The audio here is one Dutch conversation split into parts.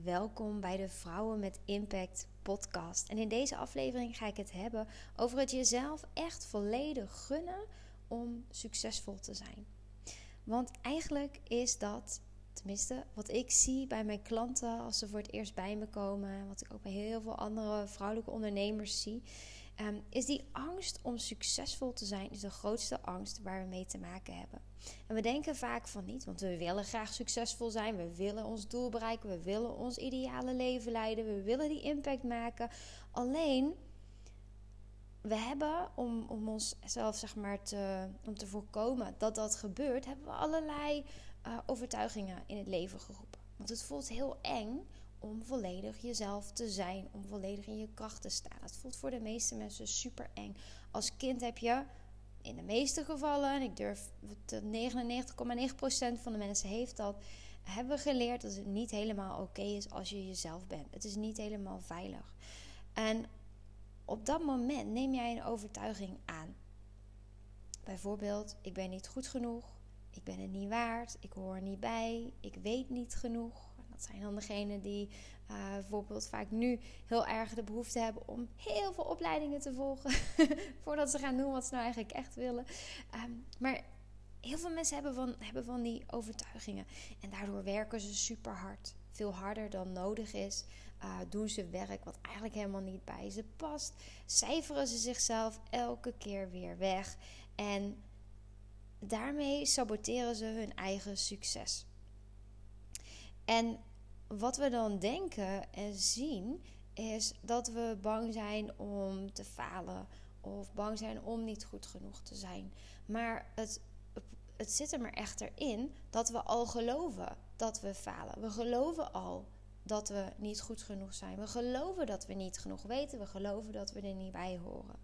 welkom bij de Vrouwen met Impact podcast. En in deze aflevering ga ik het hebben over het jezelf echt volledig gunnen om succesvol te zijn. Want eigenlijk is dat, tenminste wat ik zie bij mijn klanten als ze voor het eerst bij me komen, wat ik ook bij heel veel andere vrouwelijke ondernemers zie, is die angst om succesvol te zijn is de grootste angst waar we mee te maken hebben. En we denken vaak van niet, want we willen graag succesvol zijn. We willen ons doel bereiken. We willen ons ideale leven leiden. We willen die impact maken. Alleen, we hebben om onszelf om te voorkomen dat dat gebeurt, hebben we allerlei overtuigingen in het leven geroepen. Want het voelt heel eng om volledig jezelf te zijn, om volledig in je kracht te staan. Dat voelt voor de meeste mensen super eng. Als kind heb je in de meeste gevallen, en ik durf 99,9% van de mensen heeft dat, hebben we geleerd dat het niet helemaal oké is als je jezelf bent. Het is niet helemaal veilig. En op dat moment neem jij een overtuiging aan. Bijvoorbeeld, ik ben niet goed genoeg, ik ben het niet waard, ik hoor er niet bij, ik weet niet genoeg. Dat zijn dan degenen die bijvoorbeeld vaak nu heel erg de behoefte hebben om heel veel opleidingen te volgen voordat ze gaan doen wat ze nou eigenlijk echt willen. Maar heel veel mensen hebben van die overtuigingen. En daardoor werken ze super hard. Veel harder dan nodig is. Doen ze werk wat eigenlijk helemaal niet bij ze past. Cijferen ze zichzelf elke keer weer weg. En daarmee saboteren ze hun eigen succes. En wat we dan denken en zien is dat we bang zijn om te falen of bang zijn om niet goed genoeg te zijn. Maar het zit er maar echter in dat we al geloven dat we falen. We geloven al dat we niet goed genoeg zijn. We geloven dat we niet genoeg weten. We geloven dat we er niet bij horen.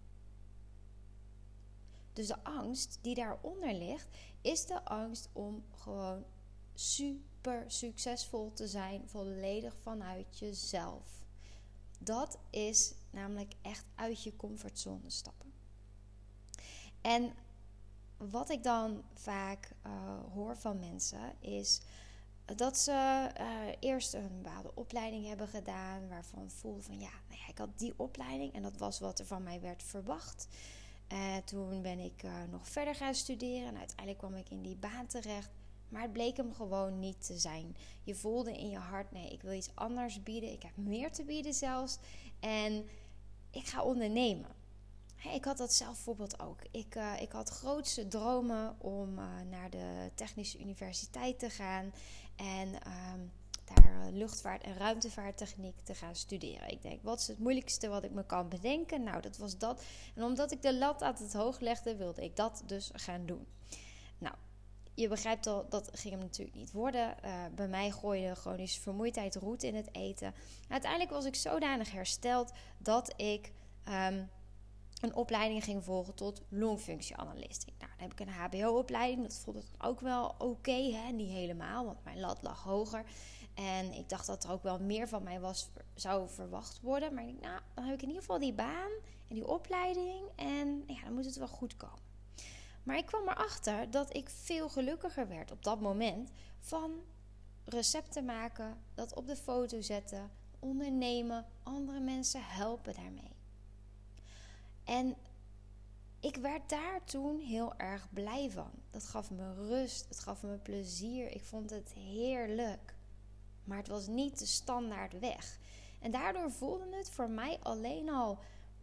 Dus de angst die daaronder ligt, is de angst om gewoon super succesvol te zijn, volledig vanuit jezelf. Dat is namelijk echt uit je comfortzone stappen. En wat ik dan vaak hoor van mensen is dat ze eerst een bepaalde opleiding hebben gedaan, waarvan voel van ik had die opleiding en dat was wat er van mij werd verwacht. Toen ben ik nog verder gaan studeren en uiteindelijk kwam ik in die baan terecht. Maar het bleek hem gewoon niet te zijn. Je voelde in je hart, nee, ik wil iets anders bieden. Ik heb meer te bieden zelfs. En ik ga ondernemen. Ik had dat zelf bijvoorbeeld ook. Ik had grootste dromen om naar de Technische Universiteit te gaan. En daar luchtvaart- en ruimtevaarttechniek te gaan studeren. Ik denk, wat is het moeilijkste wat ik me kan bedenken? Nou, dat was dat. En omdat ik de lat altijd hoog legde, wilde ik dat dus gaan doen. Nou, je begrijpt al, dat ging hem natuurlijk niet worden. Bij mij gooide chronische vermoeidheid roet in het eten. Uiteindelijk was ik zodanig hersteld dat ik een opleiding ging volgen tot longfunctieanalist. Dan heb ik een hbo-opleiding. Dat vond ik ook wel oké, niet helemaal, want mijn lat lag hoger. En ik dacht dat er ook wel meer van mij zou verwacht worden. Maar ik dacht, dan heb ik in ieder geval die baan en die opleiding. En dan moet het wel goed komen. Maar ik kwam erachter dat ik veel gelukkiger werd op dat moment van recepten maken, dat op de foto zetten, ondernemen, andere mensen helpen daarmee. En ik werd daar toen heel erg blij van. Dat gaf me rust, het gaf me plezier, ik vond het heerlijk. Maar het was niet de standaard weg. En daardoor voelde het voor mij alleen al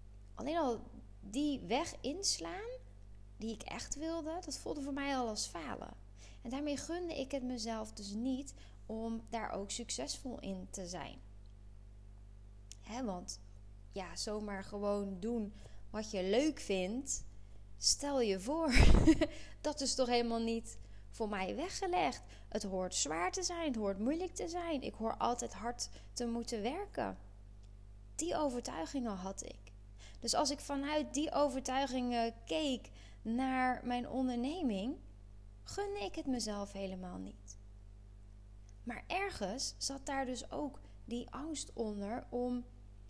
die weg inslaan die ik echt wilde, dat voelde voor mij al als falen. En daarmee gunde ik het mezelf dus niet om daar ook succesvol in te zijn. Want zomaar gewoon doen wat je leuk vindt, stel je voor, dat is toch helemaal niet voor mij weggelegd. Het hoort zwaar te zijn, het hoort moeilijk te zijn. Ik hoor altijd hard te moeten werken. Die overtuigingen had ik. Dus als ik vanuit die overtuigingen keek naar mijn onderneming, gunde ik het mezelf helemaal niet. Maar ergens zat daar dus ook die angst onder om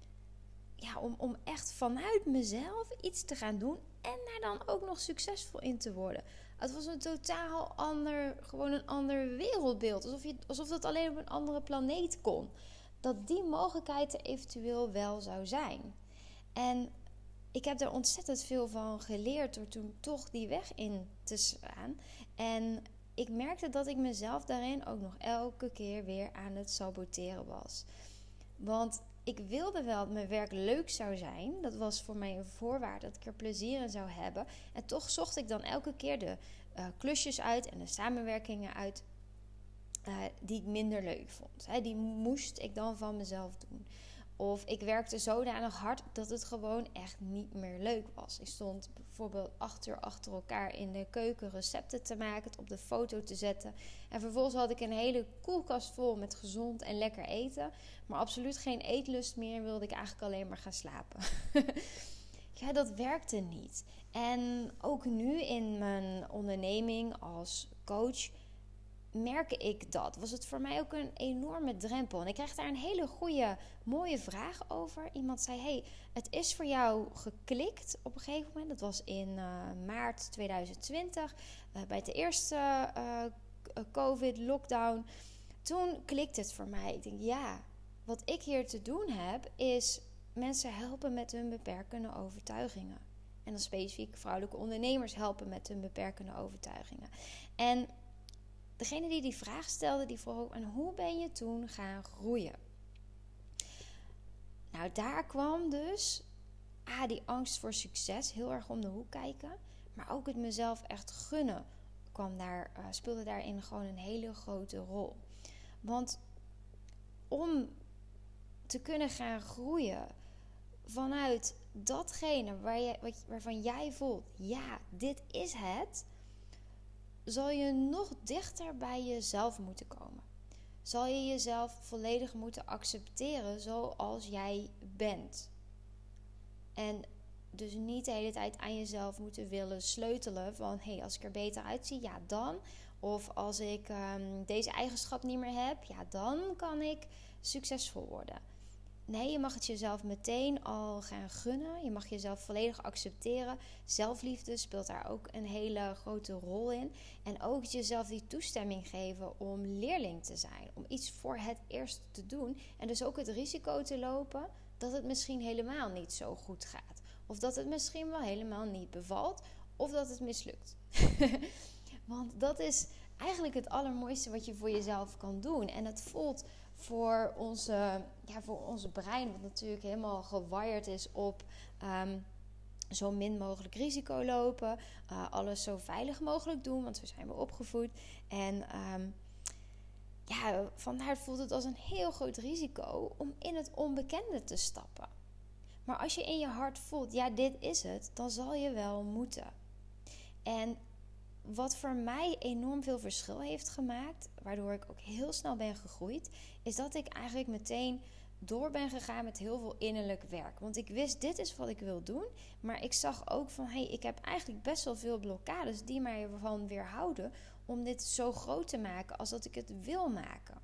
echt vanuit mezelf iets te gaan doen en daar dan ook nog succesvol in te worden. Het was een totaal ander wereldbeeld. Alsof dat alleen op een andere planeet kon. dat die mogelijkheid er eventueel wel zou zijn. En ik heb er ontzettend veel van geleerd door toen toch die weg in te slaan. En ik merkte dat ik mezelf daarin ook nog elke keer weer aan het saboteren was. Want ik wilde wel dat mijn werk leuk zou zijn. Dat was voor mij een voorwaarde, dat ik er plezier in zou hebben. En toch zocht ik dan elke keer de klusjes uit en de samenwerkingen uit die ik minder leuk vond. Die moest ik dan van mezelf doen. Of ik werkte zodanig hard dat het gewoon echt niet meer leuk was. Ik stond bijvoorbeeld 8 uur achter elkaar in de keuken recepten te maken, het op de foto te zetten. En vervolgens had ik een hele koelkast vol met gezond en lekker eten. Maar absoluut geen eetlust meer en wilde ik eigenlijk alleen maar gaan slapen. Ja, dat werkte niet. En ook nu in mijn onderneming als coach merk ik dat. Was het voor mij ook een enorme drempel. En ik kreeg daar een hele goede, mooie vraag over. Iemand zei, hey, het is voor jou geklikt op een gegeven moment. Dat was in maart 2020. Bij de eerste COVID-lockdown. Toen klikte het voor mij. Ik denk, ja, wat ik hier te doen heb, is mensen helpen met hun beperkende overtuigingen. En dan specifiek vrouwelijke ondernemers helpen met hun beperkende overtuigingen. En degene die vraag stelde, die vroeg, en hoe ben je toen gaan groeien? Nou, daar kwam dus die angst voor succes heel erg om de hoek kijken. Maar ook het mezelf echt gunnen speelde daarin gewoon een hele grote rol. Want om te kunnen gaan groeien vanuit datgene waarvan jij voelt, ja, dit is het, zal je nog dichter bij jezelf moeten komen. Zal je jezelf volledig moeten accepteren zoals jij bent. En dus niet de hele tijd aan jezelf moeten willen sleutelen van, hey, als ik er beter uitzie, ja dan. Of als ik deze eigenschap niet meer heb, ja dan kan ik succesvol worden. Nee, je mag het jezelf meteen al gaan gunnen. Je mag jezelf volledig accepteren. Zelfliefde speelt daar ook een hele grote rol in. En ook jezelf die toestemming geven om leerling te zijn. Om iets voor het eerst te doen. En dus ook het risico te lopen dat het misschien helemaal niet zo goed gaat. Of dat het misschien wel helemaal niet bevalt. Of dat het mislukt. Want dat is eigenlijk het allermooiste wat je voor jezelf kan doen. En het voelt voor onze brein, wat natuurlijk helemaal gewired is op zo min mogelijk risico lopen. Alles zo veilig mogelijk doen, want zo zijn we opgevoed. En vandaar voelt het als een heel groot risico om in het onbekende te stappen. Maar als je in je hart voelt, ja, dit is het, dan zal je wel moeten. En wat voor mij enorm veel verschil heeft gemaakt, waardoor ik ook heel snel ben gegroeid, is dat ik eigenlijk meteen door ben gegaan met heel veel innerlijk werk. Want ik wist, dit is wat ik wil doen. Maar ik zag ook van, ik heb eigenlijk best wel veel blokkades die mij ervan weerhouden om dit zo groot te maken als dat ik het wil maken.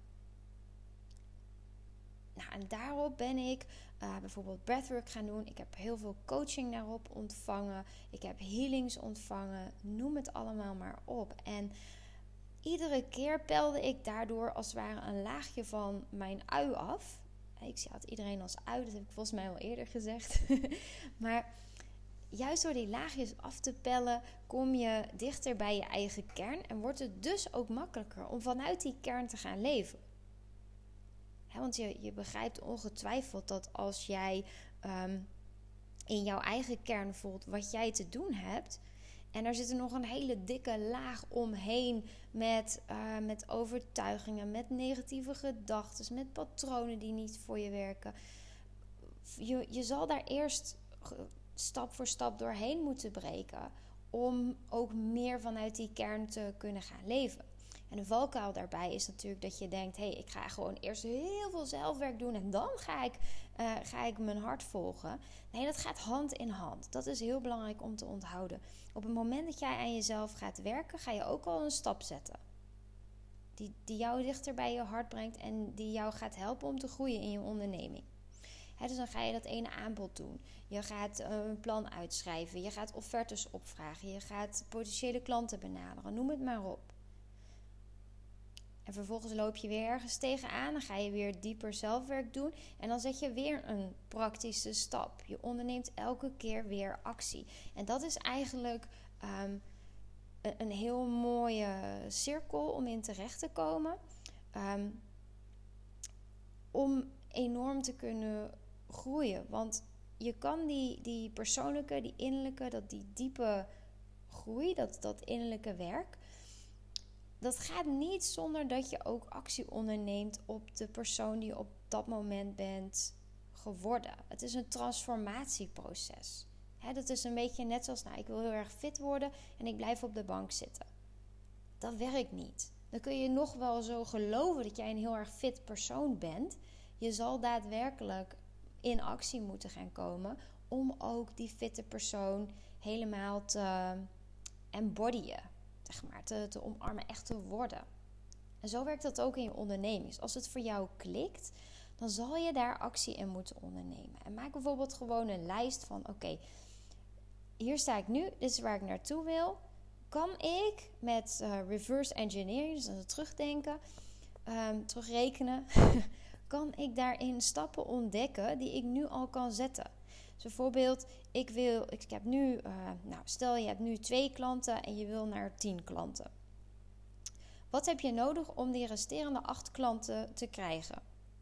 Nou, en daarop ben ik bijvoorbeeld breathwork gaan doen. Ik heb heel veel coaching daarop ontvangen. Ik heb healings ontvangen. Noem het allemaal maar op. En iedere keer pelde ik daardoor als het ware een laagje van mijn ui af. Ik zie altijd iedereen als ui, dat heb ik volgens mij al eerder gezegd. Maar juist door die laagjes af te pellen, kom je dichter bij je eigen kern. En wordt het dus ook makkelijker om vanuit die kern te gaan leven. Want je begrijpt ongetwijfeld dat als jij in jouw eigen kern voelt wat jij te doen hebt, en er zit er nog een hele dikke laag omheen met overtuigingen, met negatieve gedachten, met patronen die niet voor je werken. Je zal daar eerst stap voor stap doorheen moeten breken om ook meer vanuit die kern te kunnen gaan leven. En de valkuil daarbij is natuurlijk dat je denkt, ik ga gewoon eerst heel veel zelfwerk doen en dan ga ik mijn hart volgen. Nee, dat gaat hand in hand. Dat is heel belangrijk om te onthouden. Op het moment dat jij aan jezelf gaat werken, ga je ook al een stap zetten. Die jou dichter bij je hart brengt en die jou gaat helpen om te groeien in je onderneming. Dus dan ga je dat ene aanbod doen. Je gaat een plan uitschrijven. Je gaat offertes opvragen. Je gaat potentiële klanten benaderen. Noem het maar op. En vervolgens loop je weer ergens tegenaan. Dan ga je weer dieper zelfwerk doen. En dan zet je weer een praktische stap. Je onderneemt elke keer weer actie. En dat is eigenlijk een heel mooie cirkel om in terecht te komen. Om enorm te kunnen groeien. Want je kan die persoonlijke, die innerlijke, die diepe groei, dat innerlijke werk, dat gaat niet zonder dat je ook actie onderneemt op de persoon die je op dat moment bent geworden. Het is een transformatieproces. Dat is een beetje net zoals, ik wil heel erg fit worden en ik blijf op de bank zitten. Dat werkt niet. Dan kun je nog wel zo geloven dat jij een heel erg fit persoon bent. Je zal daadwerkelijk in actie moeten gaan komen om ook die fitte persoon helemaal te embodyen. Zeg maar, te omarmen, echt te worden. En zo werkt dat ook in je onderneming. Dus als het voor jou klikt, dan zal je daar actie in moeten ondernemen. En maak bijvoorbeeld gewoon een lijst van, oké, hier sta ik nu, dit is waar ik naartoe wil. Kan ik met reverse engineering, dus het terugdenken, terugrekenen, kan ik daarin stappen ontdekken die ik nu al kan zetten. Dus bijvoorbeeld, ik heb nu, stel je hebt nu 2 klanten en je wil naar 10 klanten. Wat heb je nodig om die resterende 8 klanten te krijgen?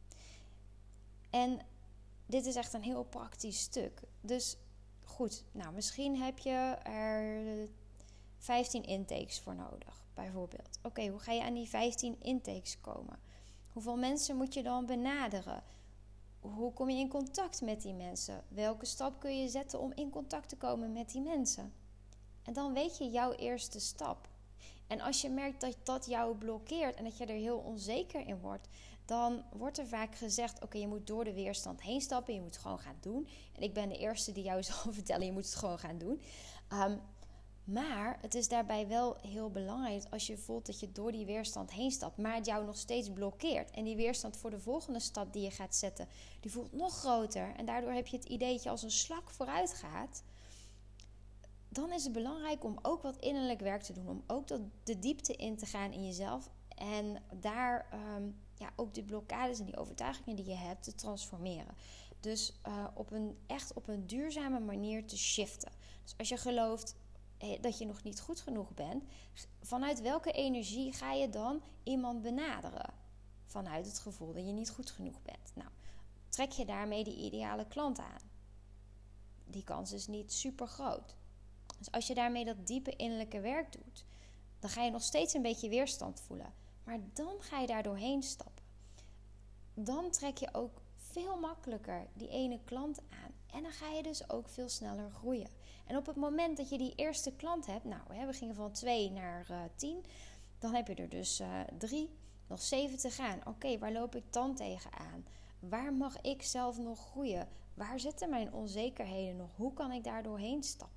En dit is echt een heel praktisch stuk. Dus goed, misschien heb je er 15 intakes voor nodig, bijvoorbeeld. Oké, hoe ga je aan die 15 intakes komen? Hoeveel mensen moet je dan benaderen? Hoe kom je in contact met die mensen? Welke stap kun je zetten om in contact te komen met die mensen? En dan weet je jouw eerste stap. En als je merkt dat dat jou blokkeert en dat je er heel onzeker in wordt, dan wordt er vaak gezegd, oké, je moet door de weerstand heen stappen, je moet het gewoon gaan doen. En ik ben de eerste die jou zal vertellen, je moet het gewoon gaan doen. Maar het is daarbij wel heel belangrijk als je voelt dat je door die weerstand heen stapt, maar het jou nog steeds blokkeert. En die weerstand voor de volgende stap die je gaat zetten, die voelt nog groter. En daardoor heb je het idee dat je als een slak vooruit gaat. Dan is het belangrijk om ook wat innerlijk werk te doen. Om ook de diepte in te gaan in jezelf. En daar ook de blokkades en die overtuigingen die je hebt te transformeren. Dus op een duurzame manier te shiften. Dus als je gelooft dat je nog niet goed genoeg bent, vanuit welke energie ga je dan iemand benaderen? Vanuit het gevoel dat je niet goed genoeg bent. Nou, trek je daarmee die ideale klant aan? Die kans is niet super groot. Dus als je daarmee dat diepe innerlijke werk doet, dan ga je nog steeds een beetje weerstand voelen. Maar dan ga je daar doorheen stappen. Dan trek je ook veel makkelijker die ene klant aan. En dan ga je dus ook veel sneller groeien. En op het moment dat je die eerste klant hebt, we gingen van 2 naar 10. Dan heb je er dus 3, nog 7 te gaan. Oké, waar loop ik dan tegenaan? Waar mag ik zelf nog groeien? Waar zitten mijn onzekerheden nog? Hoe kan ik daar doorheen stappen?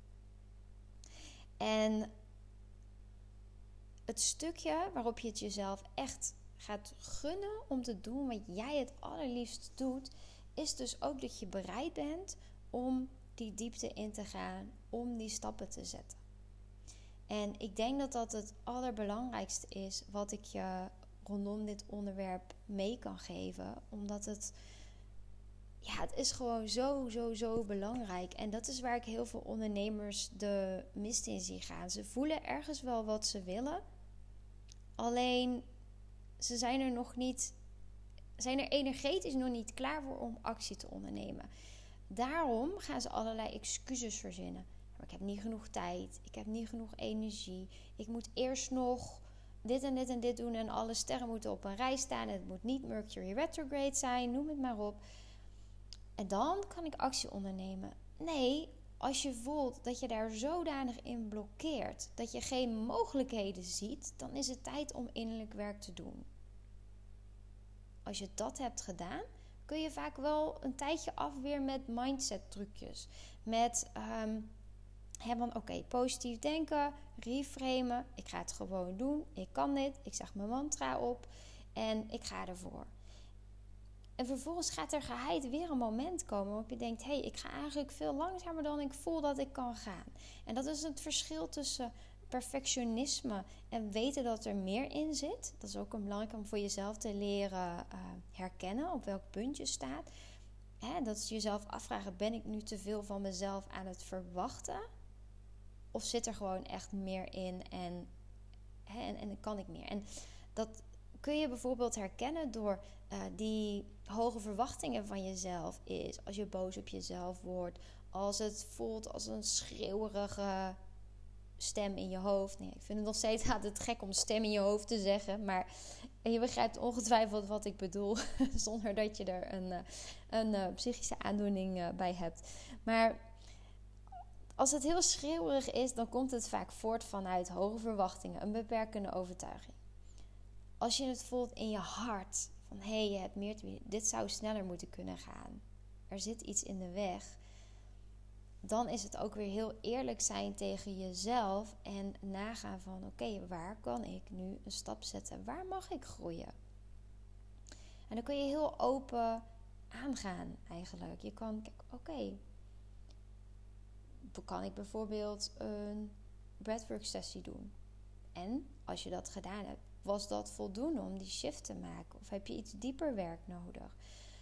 En het stukje waarop je het jezelf echt gaat gunnen om te doen wat jij het allerliefst doet, is dus ook dat je bereid bent om die diepte in te gaan, om die stappen te zetten. En ik denk dat dat het allerbelangrijkste is wat ik je rondom dit onderwerp mee kan geven. Omdat het is gewoon zo belangrijk. En dat is waar ik heel veel ondernemers de mist in zie gaan. Ze voelen ergens wel wat ze willen. Alleen ze zijn er energetisch nog niet klaar voor om actie te ondernemen. Daarom gaan ze allerlei excuses verzinnen. Maar ik heb niet genoeg tijd. Ik heb niet genoeg energie. Ik moet eerst nog dit en dit en dit doen. En alle sterren moeten op een rij staan. Het moet niet Mercury retrograde zijn. Noem het maar op. En dan kan ik actie ondernemen. Nee, als je voelt dat je daar zodanig in blokkeert, dat je geen mogelijkheden ziet, dan is het tijd om innerlijk werk te doen. Als je dat hebt gedaan, kun je vaak wel een tijdje af weer met mindset trucjes. Met positief denken, reframen. Ik ga het gewoon doen. Ik kan dit. Ik zeg mijn mantra op. En ik ga ervoor. En vervolgens gaat er geheid weer een moment komen waarop je denkt, ik ga eigenlijk veel langzamer dan ik voel dat ik kan gaan. En dat is het verschil tussen perfectionisme en weten dat er meer in zit. Dat is ook belangrijk om voor jezelf te leren herkennen op welk punt je staat. Dat is jezelf afvragen, ben ik nu te veel van mezelf aan het verwachten? Of zit er gewoon echt meer in en kan ik meer? En dat kun je bijvoorbeeld herkennen door die hoge verwachtingen van jezelf is. Als je boos op jezelf wordt. Als het voelt als een schreeuwerige stem in je hoofd. Nee, ik vind het nog steeds altijd gek om stem in je hoofd te zeggen. Maar je begrijpt ongetwijfeld wat ik bedoel. Zonder dat je er een psychische aandoening bij hebt. Maar als het heel schreeuwerig is, dan komt het vaak voort vanuit hoge verwachtingen. Een beperkende overtuiging. Als je het voelt in je hart. Van hé, je hebt meer te bieden. Dit zou sneller moeten kunnen gaan. Er zit iets in de weg. Dan is het ook weer heel eerlijk zijn tegen jezelf. En nagaan van oké, waar kan ik nu een stap zetten? Waar mag ik groeien? En dan kun je heel open aangaan eigenlijk. Je kan kijken, oké, kan ik bijvoorbeeld een breathwork sessie doen? En als je dat gedaan hebt, was dat voldoende om die shift te maken? Of heb je iets dieper werk nodig?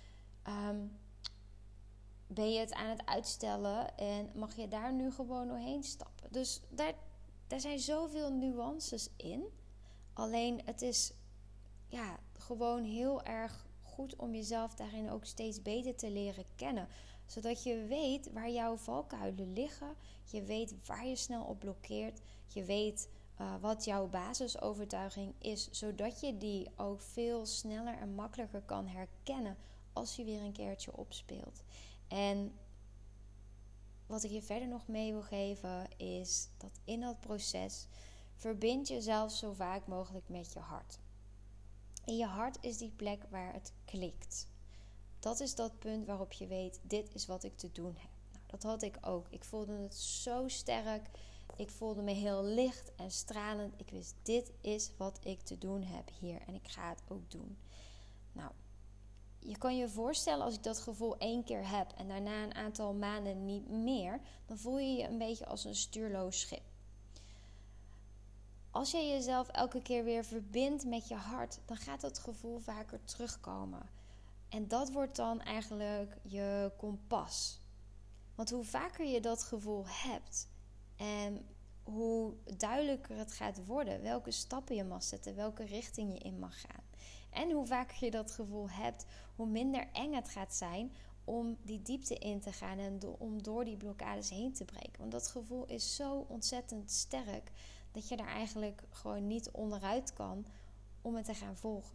Ben je het aan het uitstellen en mag je daar nu gewoon doorheen stappen? Dus daar zijn zoveel nuances in. Alleen het is gewoon heel erg goed om jezelf daarin ook steeds beter te leren kennen. Zodat je weet waar jouw valkuilen liggen. Je weet waar je snel op blokkeert. Je weet wat jouw basisovertuiging is. Zodat je die ook veel sneller en makkelijker kan herkennen als je weer een keertje opspeelt. En wat ik je verder nog mee wil geven is dat in dat proces verbind jezelf zo vaak mogelijk met je hart. In je hart is die plek waar het klikt. Dat is dat punt waarop je weet, dit is wat ik te doen heb. Nou, dat had ik ook. Ik voelde het zo sterk. Ik voelde me heel licht en stralend. Ik wist, dit is wat ik te doen heb hier. En ik ga het ook doen. Nou, je kan je voorstellen als ik dat gevoel 1 keer heb en daarna een aantal maanden niet meer, dan voel je je een beetje als een stuurloos schip. Als je jezelf elke keer weer verbindt met je hart, dan gaat dat gevoel vaker terugkomen. En dat wordt dan eigenlijk je kompas. Want hoe vaker je dat gevoel hebt en hoe duidelijker het gaat worden, welke stappen je mag zetten, welke richting je in mag gaan. En hoe vaker je dat gevoel hebt, hoe minder eng het gaat zijn om die diepte in te gaan en om door die blokkades heen te breken. Want dat gevoel is zo ontzettend sterk dat je daar eigenlijk gewoon niet onderuit kan om het te gaan volgen.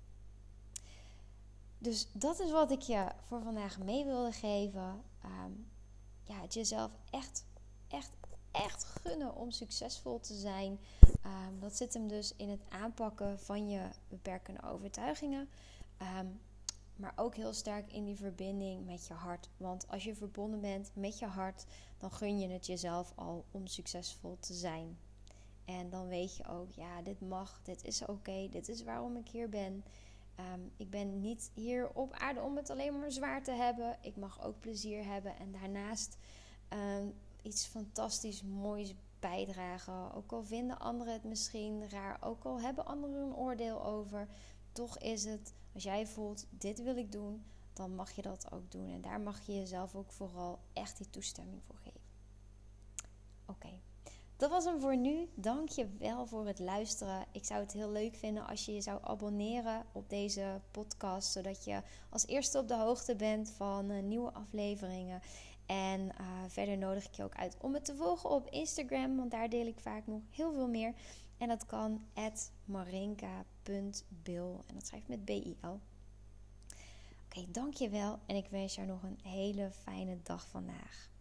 Dus dat is wat ik je voor vandaag mee wilde geven. Het jezelf echt gunnen om succesvol te zijn. Dat zit hem dus in het aanpakken van je beperkende overtuigingen. Maar ook heel sterk in die verbinding met je hart. Want als je verbonden bent met je hart, dan gun je het jezelf al om succesvol te zijn. En dan weet je ook, ja, dit mag, dit is oké, dit is waarom ik hier ben. Ik ben niet hier op aarde om het alleen maar zwaar te hebben. Ik mag ook plezier hebben en daarnaast iets fantastisch moois bijdragen. Ook al vinden anderen het misschien raar, ook al hebben anderen een oordeel over. Toch is het, als jij voelt, dit wil ik doen, dan mag je dat ook doen. En daar mag je jezelf ook vooral echt die toestemming voor geven. Oké. Dat was hem voor nu. Dank je wel voor het luisteren. Ik zou het heel leuk vinden als je je zou abonneren op deze podcast, zodat je als eerste op de hoogte bent van nieuwe afleveringen. En verder nodig ik je ook uit om me te volgen op Instagram, want daar deel ik vaak nog heel veel meer. En dat kan @marinka.bil en dat schrijft met B-I-L. Oké, dank je wel en ik wens jou nog een hele fijne dag vandaag.